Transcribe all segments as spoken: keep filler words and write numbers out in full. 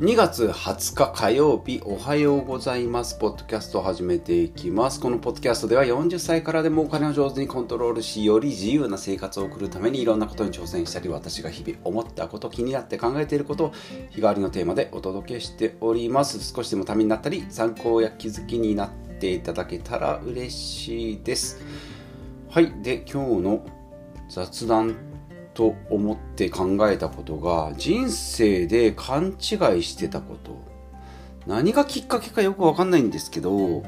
にがつはつか火曜日、おはようございます。ポッドキャストを始めていきます。このポッドキャストではよんじゅっさいからでもお金を上手にコントロールし、より自由な生活を送るためにいろんなことに挑戦したり、私が日々思ったこと、気になって考えていることを日替わりのテーマでお届けしております。少しでもためになったり、参考や気づきになっていただけたら嬉しいです。はい。で、今日の雑談と思って考えたことが、人生で勘違いしてたこと、何がきっかけかよくわかんないんですけど、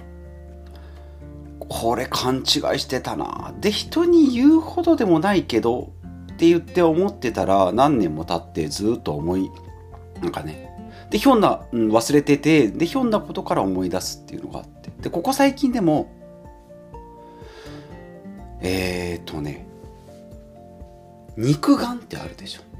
これ勘違いしてたなで、人に言うほどでもないけどって言って思ってたら、何年も経ってずっと思いなんかねでひょんな、うん、忘れててでひょんなことから思い出すっていうのがあって、でここ最近でもえーっとね肉眼ってあるでしょ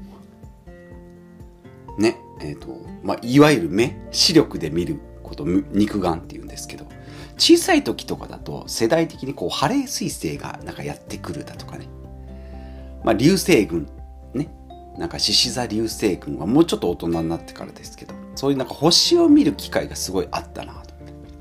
ねえーとまあ、いわゆる目視力で見ること肉眼って言うんですけど、小さい時とかだと世代的にこうハレー彗星がなんかやってくるだとかね、まあ、流星群ねなんか獅子座流星群はもうちょっと大人になってからですけど、そういうなんか星を見る機会がすごいあったなと。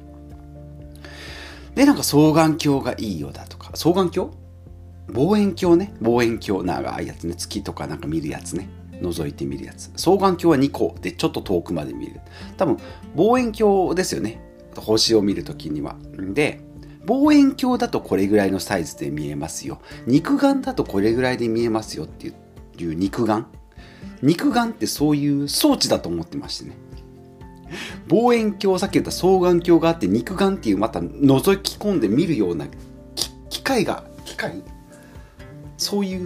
でなんか双眼鏡がいいよだとか、双眼鏡望遠鏡ね望遠鏡長いやつね、月とかなんか見るやつね、覗いて見るやつ。双眼鏡はにこでちょっと遠くまで見る。多分望遠鏡ですよね、星を見るときには。で望遠鏡だとこれぐらいのサイズで見えますよ、肉眼だとこれぐらいで見えますよっていう肉眼肉眼ってそういう装置だと思ってましてね。望遠鏡、さっき言った双眼鏡があって、肉眼っていうまた覗き込んで見るような機械が機械そういう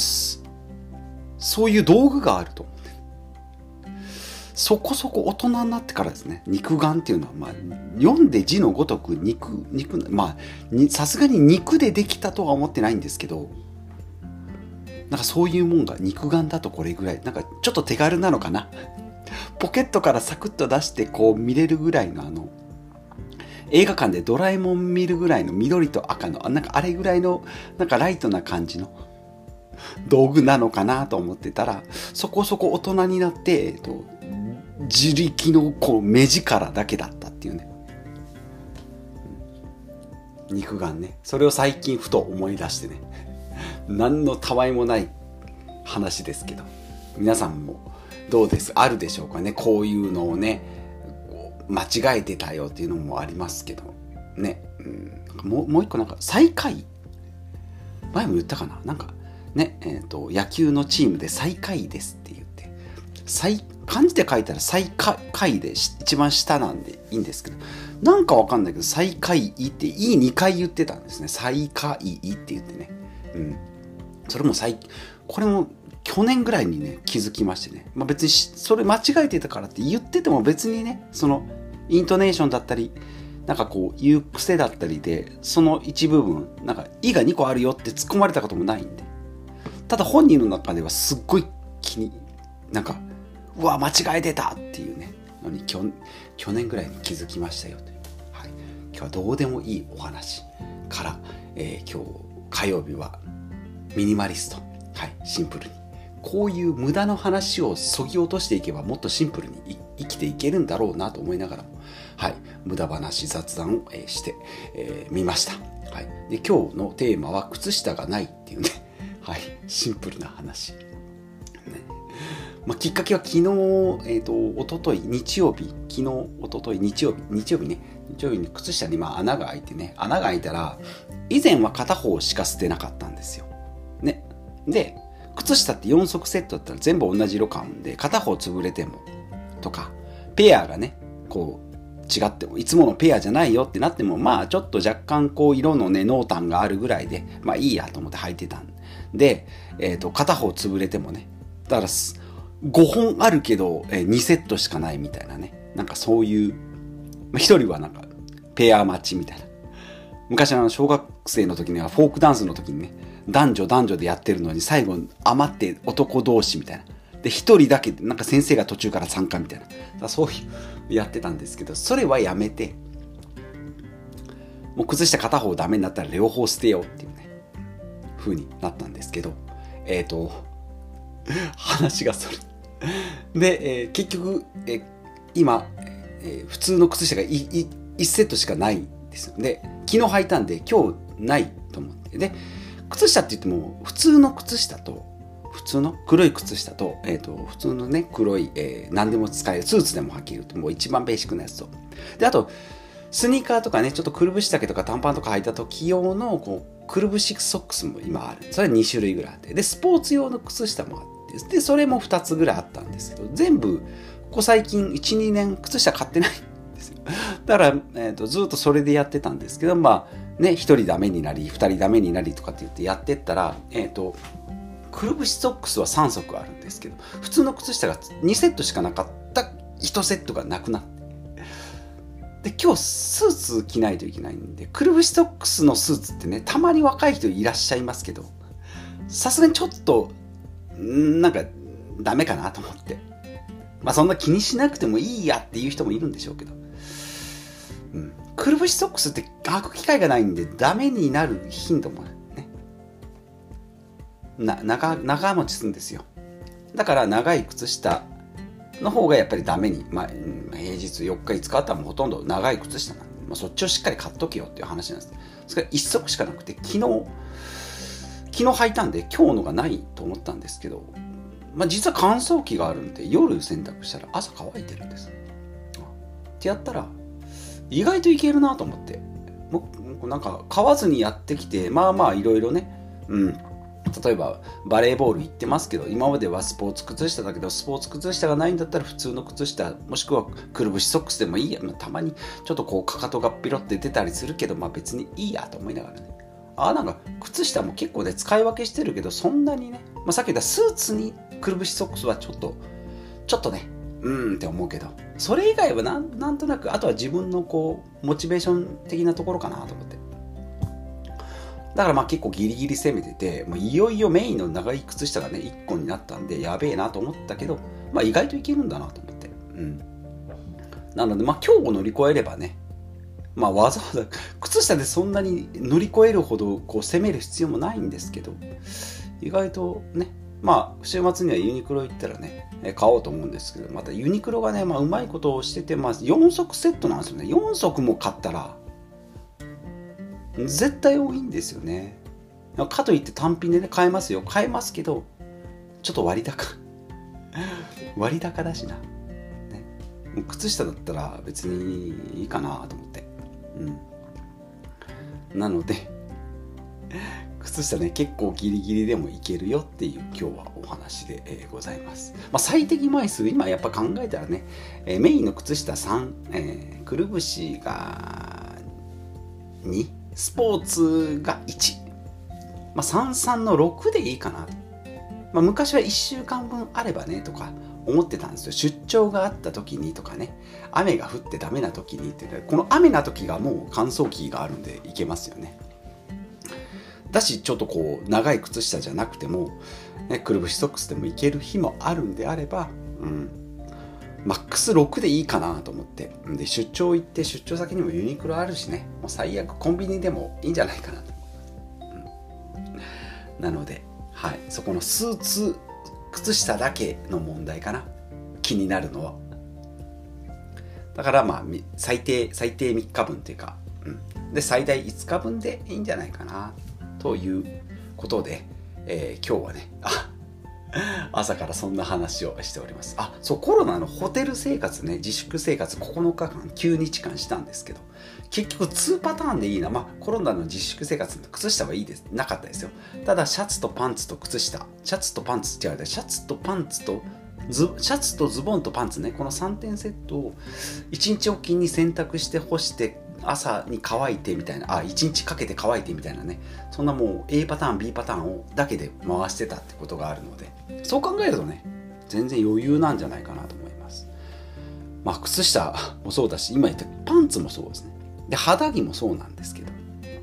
そういう道具があると思って、そこそこ大人になってからですね、肉眼っていうのは、まあ、読んで字のごとく肉肉まあさすがに肉でできたとは思ってないんですけど、なんかそういうもんが肉眼だとこれぐらいなんかちょっと手軽なのかな。ポケットからサクッと出してこう見れるぐらいの、あの映画館でドラえもん見るぐらいの緑と赤のなんかあれぐらいのなんかライトな感じの道具なのかなと思ってたら、そこそこ大人になって、えっと、自力のこう目力だけだったっていうね、肉眼ね。それを最近ふと思い出してね、何のたわいもない話ですけど、皆さんもどうです、あるでしょうかね、こういうのをね間違えてたよっていうのもありますけどね、うん、もう、もう一個なんか最下位、前も言ったかな、なんかねえー、と野球のチームで最下位ですって言って、最漢字で書いたら最下位で一番下なんでいいんですけど、なんかわかんないけど最下位っていいにかい言ってたんですね。最下位って言ってね、うん、それも最これも去年ぐらいにね気づきましてね、まあ、別にそれ間違えてたからって言ってても別にね、そのイントネーションだったりなんかこう言う癖だったりで、その一部分なんか「い」がにこあるよって突っ込まれたこともないんで、ただ本人の中ではすっごい気になんかうわ間違えてたっていうねのに去去年ぐらいに気づきましたよという、はい、今日はどうでもいいお話から、えー、今日火曜日はミニマリスト、はい、シンプルにこういう無駄な話を削ぎ落としていけばもっとシンプルに生きていけるんだろうなと思いながらも、はい、無駄話雑談を、えー、してみ、えー、ました、はい、で今日のテーマは靴下がないっていうね、はい、シンプルな話、ねまあ、きっかけは昨日、えーと、おととい日曜日、昨日、おととい日曜日、日曜日ね、日曜日に靴下にまあ穴が開いてね、穴が開いたら、以前は片方しか捨てなかったんですよ。ね。で、靴下ってよんそくセットだったら全部同じ色買うんで、片方潰れても、とか、ペアがね、こう、違っても、いつものペアじゃないよってなっても、まあちょっと若干こう色のね、濃淡があるぐらいで、まあいいやと思って履いてたんで、えっと、片方潰れてもね、だからごほんあるけど、えー、にセットしかないみたいなね、なんかそういう、まあ、一人はなんかペア待ちみたいな。昔あの小学生の時にはフォークダンスの時にね、男女男女でやってるのに最後余って男同士みたいな。で、一人だけなんか先生が途中から参加みたいな。だそういうやってたんですけど、それはやめて、もう崩した片方ダメになったら両方捨てようっていうね、風になったんですけど、えっと、話がそれ、 で、えー、結局、えー、今、えー、普通の靴下がいいいちセットしかないんですよ。で昨日履いたんで今日ないと思って、で靴下って言っても普通の靴下と普通の黒い靴下と、えー、と普通のね黒い、えー、何でも使えるスーツでも履けると、もう一番ベーシックなやつと、であとスニーカーとかね、ちょっとくるぶし丈とか短パンとか履いた時用のこうくるぶしソックスも今ある。それはに種類ぐらいあって、でスポーツ用の靴下もあって、でそれもふたつぐらいあったんですけど、全部ここ最近いちにねん靴下買ってないんですよ。だから、えー、とずっとそれでやってたんですけど、まあね、ひとりダメになりふたりダメになりとかって言ってやってったら、えっ、ー、とくるぶしソックスはさんそくあるんですけど、普通の靴下がにセットしかなかったいちセットがなくなって、で今日スーツ着ないといけないんで、くるぶしソックスのスーツってね、たまに若い人いらっしゃいますけど、さすがにちょっとなんかダメかなと思って、まあそんな気にしなくてもいいやっていう人もいるんでしょうけど、うん、くるぶしソックスって履く機会がないんでダメになる頻度もね、な長長持ちするんですよ。だから長い靴下の方がやっぱりダメに、まあ、平日よっかいつかあったらもうほとんど長い靴下なんで、まあ、そっちをしっかり買っとけよっていう話なんです。それからいっそくしかなくて、昨日昨日履いたんで今日のがないと思ったんですけど、まあ、実は乾燥機があるんで夜洗濯したら朝乾いてるんです。ってやったら意外といけるなと思って、もうなんか買わずにやってきて、まあまあいろいろね、うん、例えばバレーボール行ってますけど、今まではスポーツ靴下だけど、スポーツ靴下がないんだったら普通の靴下もしくはくるぶしソックスでもいいや、まあ、たまにちょっとこうかかとがピロって出たりするけど、まあ別にいいやと思いながらね、あ、なんか靴下も結構ね使い分けしてるけど、そんなにね、まあ、さっき言ったスーツにくるぶしソックスはちょっとちょっとねうーんって思うけど、それ以外はなん、なんとなく、あとは自分のこうモチベーション的なところかなと思って、だからまあ結構ギリギリ攻めてて、もういよいよメインの長い靴下がねいっこになったんでやべえなと思ったけど、まあ意外といけるんだなと思って、うん、なのでまあ今日を乗り越えればね、まあわざわざ靴下でそんなに乗り越えるほどこう攻める必要もないんですけど、意外とね、まあ週末にはユニクロ行ったらね買おうと思うんですけど、またユニクロがね、まあ、うまいことをしてて、まあ、よんそくセットなんですよね。よんそくも買ったら絶対多いんですよね。かといって単品でね買えますよ、買えますけどちょっと割高割高だしな、ね、靴下だったら別にいいかなと思って、うん、なので靴下ね結構ギリギリでもいけるよっていう今日はお話で、えー、ございます。まあ、最適枚数今やっぱ考えたらね、えー、メインの靴下さん、えー、くるぶしがに、スポーツがいち、まあ、さんさんのろくでいいかなと、まあ、昔はいっしゅうかんぶんあればねとか思ってたんですよ。出張があった時にとかね、雨が降ってダメな時にって、この雨な時がもう乾燥機があるんでいけますよね。だしちょっとこう長い靴下じゃなくても、ね、くるぶしソックスでもいける日もあるんであれば、うん、マックスろくでいいかなと思って、で出張行って出張先にもユニクロあるしね、もう最悪コンビニでもいいんじゃないかなと、うん、なので、はい、そこのスーツ靴下だけの問題かな、気になるのは。だからまあ最低最低みっかぶんっていうか、うん、で最大いつかぶんでいいんじゃないかなということで、えー、今日はね、あ朝からそんな話をしております。あ、そう、コロナのホテル生活ね、自粛生活ここのかかんきゅうにちかんしたんですけど、結局にパターンでいいな。まあコロナの自粛生活の靴下はいいですなかったですよ。ただシャツとパンツと靴下、シャツとパンツ違うシャツとパンツとズシャツとズボンとパンツね、このさんてんセットをいちにちおきに洗濯して干して朝に乾いてみたいな、あ、いちにちかけて乾いてみたいなね、そんなもう A パターン B パターンをだけで回してたってことがあるので、そう考えるとね全然余裕なんじゃないかなと思います。まあ靴下もそうだし、今言ったパンツもそうですね。で肌着もそうなんですけど、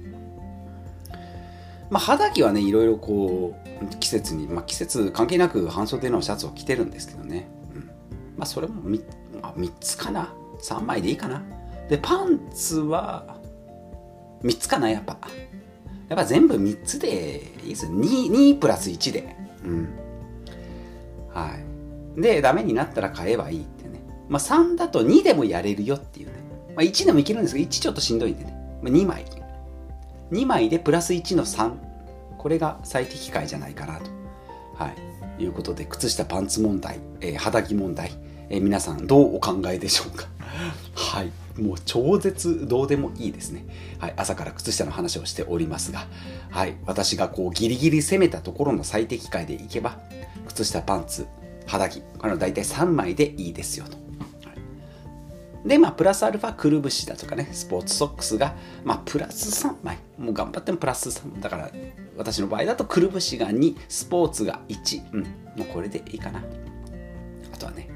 まあ肌着はねいろいろこう季節に、まあ、季節関係なく半袖のシャツを着てるんですけどね、うん、まあそれも 3, まあ、みっつかな、さんまいでいいかな。でパンツはみっつかな、やっぱやっぱ全部みっつでいいですよ。 2, にプラスいちで、うん、はい。 で、ダメになったら買えばいいってね。まあさんだとにでもやれるよっていうね。まあいちでもいけるんですけど、いちちょっとしんどいんでね。まあ、にまい。にまいでプラスいちのさん。これが最適解じゃないかなと。はい。いうことで、靴下パンツ問題、えー、肌着問題、えー、皆さんどうお考えでしょうか。はい。もう超絶どうでもいいですね。はい。朝から靴下の話をしておりますが、はい。私がこうギリギリ攻めたところの最適解でいけば、靴下パンツ、肌着、これはだいたいさんまいでいいですよと。で、まあ、プラスアルファ、くるぶしだとかね、スポーツソックスが、まあ、プラスさんまい。もう頑張ってもプラスさん。だから、私の場合だと、くるぶしがに、スポーツがいち。うん。もうこれでいいかな。あとはね、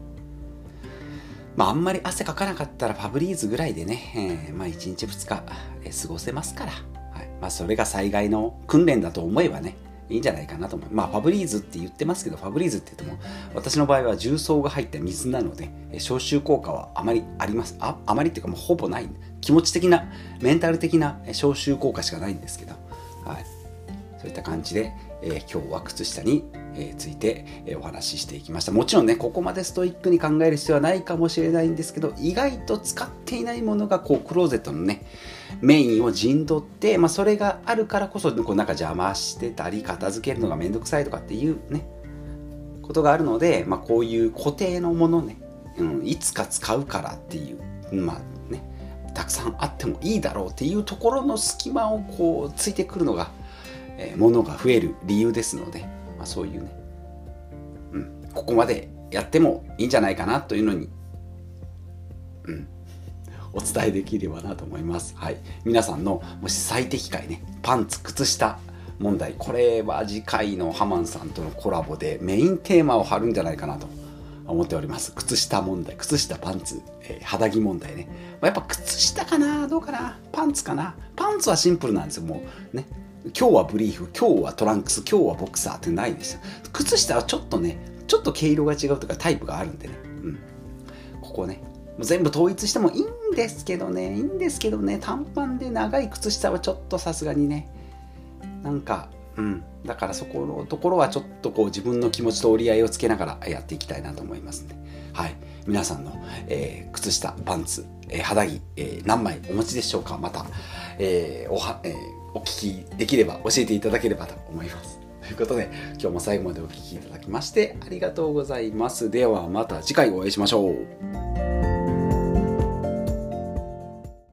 まあ、あんまり汗かかなかったら、ファブリーズぐらいでね、えー、まあ、いちにちふつか、えー、過ごせますから。はい。まあ、それが災害の訓練だと思えばね、いいんじゃないかなと思う。まあ、ファブリーズって言ってますけど、ファブリーズって言っても、私の場合は重曹が入った水なので、消臭効果はあまりあります。あ、あまりっていうかもうほぼない。気持ち的な、メンタル的な消臭効果しかないんですけど、はい。そういった感じで、えー、今日は靴下についてお話ししていきました。もちろんね、ここまでストイックに考える必要はないかもしれないんですけど、意外と使っていないものがこうクローゼットのね、メインを陣取って、まあ、それがあるからこそこうなんか邪魔してたり片付けるのがめんどくさいとかっていうねことがあるので、まあ、こういう固定のものね、うん、いつか使うからっていうまあねたくさんあってもいいだろうっていうところの隙間をこうついてくるのが、えー、物が増える理由ですので、まあ、そういうね、うん、ここまでやってもいいんじゃないかなというのに、うんお伝えできればなと思います。はい。皆さんのもし最適解ね、パンツ、靴下問題、これは次回のハマンさんとのコラボでメインテーマを張るんじゃないかなと思っております。靴下問題、靴下、パンツ、えー、肌着問題ね。まあ、やっぱ靴下かなどうかなパンツかなパンツはシンプルなんですよ。もうね。今日はブリーフ、今日はトランクス、今日はボクサーってないですよ。靴下はちょっとね、ちょっと毛色が違うとかタイプがあるんでね。うん。ここね。全部統一してもいいんですけどねいいんですけどね短パンで長い靴下はちょっとさすがにねなんかうんだからそこのところはちょっとこう自分の気持ちと折り合いをつけながらやっていきたいなと思いますね。はい皆さんの、えー、靴下パンツ、えー、肌着、えー、何枚お持ちでしょうか。また、えーおはえー、お聞きできれば教えていただければと思います。ということで今日も最後までお聞きいただきましてありがとうございます。ではまた次回お会いしましょう。